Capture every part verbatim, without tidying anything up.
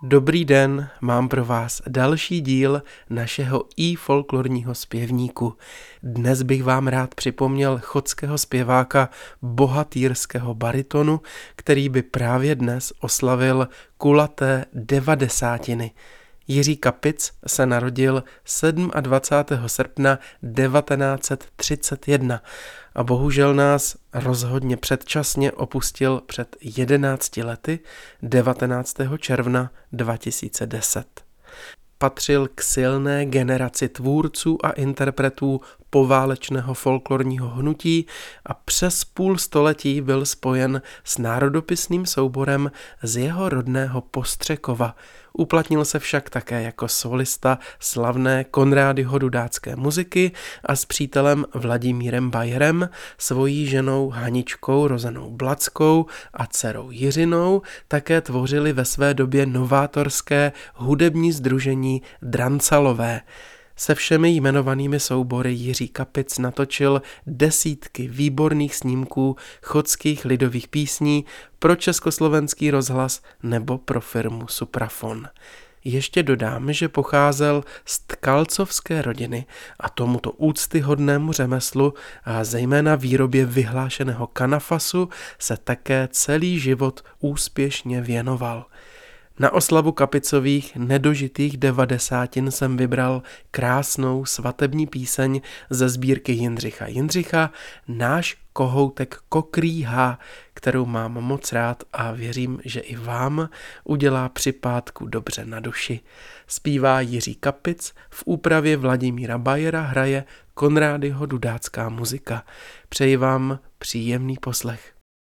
Dobrý den, mám pro vás další díl našeho i folklorního zpěvníku. Dnes bych vám rád připomněl chodského zpěváka bohatýrského baritonu, který by právě dnes oslavil kulaté devadesátiny. Jiří Kapic se narodil dvacátého sedmého srpna devatenáct set třicet jedna a bohužel nás rozhodně předčasně opustil před jedenácti lety devatenáctého června dva tisíce deset. Patřil k silné generaci tvůrců a interpretů poválečného folklorního hnutí a přes půl století byl spojen s národopisným souborem z jeho rodného Postřekova. Uplatnil se však také jako solista slavné Konrádyho dudácké muziky a s přítelem Vladimírem Bajerem, svojí ženou Haničkou rozenou Blackou a dcerou Jiřinou také tvořili ve své době novátorské hudební sdružení Drancalové. Se všemi jmenovanými soubory Jiří Kapic natočil desítky výborných snímků chodských lidových písní pro Československý rozhlas nebo pro firmu Suprafon. Ještě dodám, že pocházel z tkalcovské rodiny a tomuto úctyhodnému řemeslu a zejména výrobě vyhlášeného kanafasu se také celý život úspěšně věnoval. Na oslavu Kapicových nedožitých devadesátin jsem vybral krásnou svatební píseň ze sbírky Jindřicha Jindřicha Náš kohoutek kokrýhá, kterou mám moc rád a věřím, že i vám udělá při pátku dobře na duši. Zpívá Jiří Kapic, v úpravě Vladimíra Bajera hraje Konrádyho dudácká muzika. Přeji vám příjemný poslech.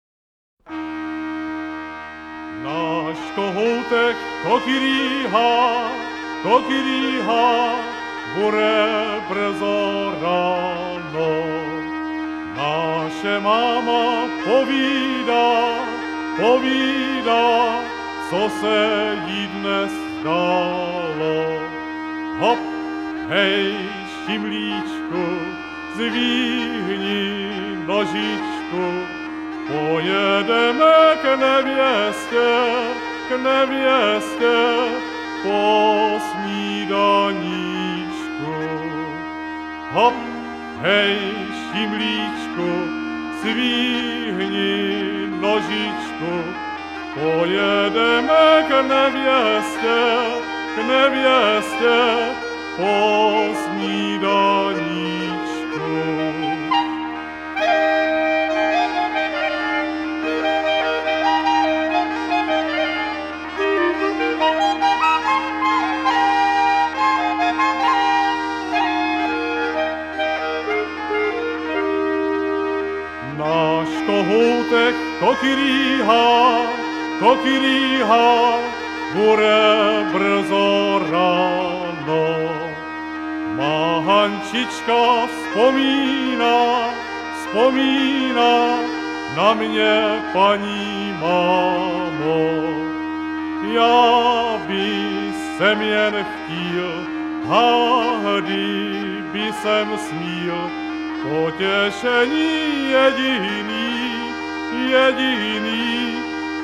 Náš kohoutek kokrýhá, kokrýhá, bude brzo ráno. Naše máma povídá, povídá, co se jí dnes stalo. Hop, hej, šimlíčku, zvihni nožičku, pojedeme k nevěstě, k nevěstě, po snídaníčku. Hop, hej, šimlíčku, zvihni nožičku, pojedeme k nevěstě, k nevěstě, po snídaníčku. Náš kohoutek kokrýhá, kokrýhá, bude brzo ráno. Má Hančička vzpomíná, vzpomíná na mě, paní mámo. Já by jsem jen chtěl, hady by jsem směl, potěšení jediný, jediný,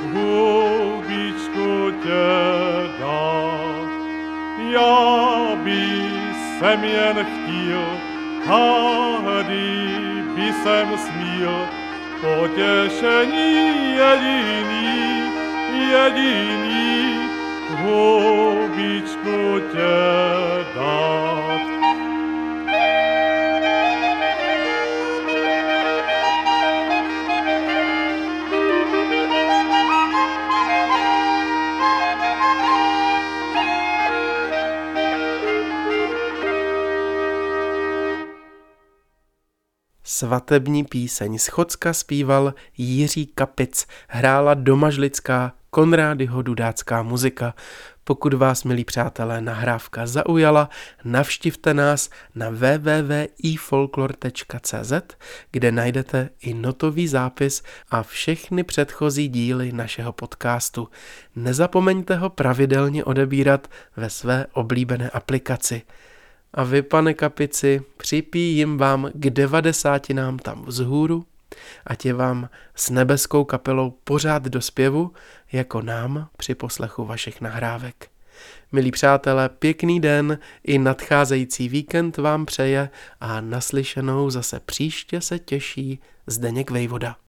hubičku tě dát. Já by jsem jen chtěl, hady by jsem směl, potěšení jediný, jediný, hubičku tě dát. Svatební píseň z Chodska zpíval Jiří Kapic, hrála domažlická Konrádyho dudácká muzika. Pokud vás, milí přátelé, nahrávka zaujala, navštivte nás na w w w tečka i folklor tečka c z, kde najdete i notový zápis a všechny předchozí díly našeho podcastu. Nezapomeňte ho pravidelně odebírat ve své oblíbené aplikaci. A vy, pane Kapici, připíjím vám k devadesátinám tam vzhůru. Ať je vám s nebeskou kapelou pořád do zpěvu, jako nám při poslechu vašich nahrávek. Milí přátelé, pěkný den i nadcházející víkend vám přeje a naslyšenou zase příště se těší Zdeněk Vejvoda.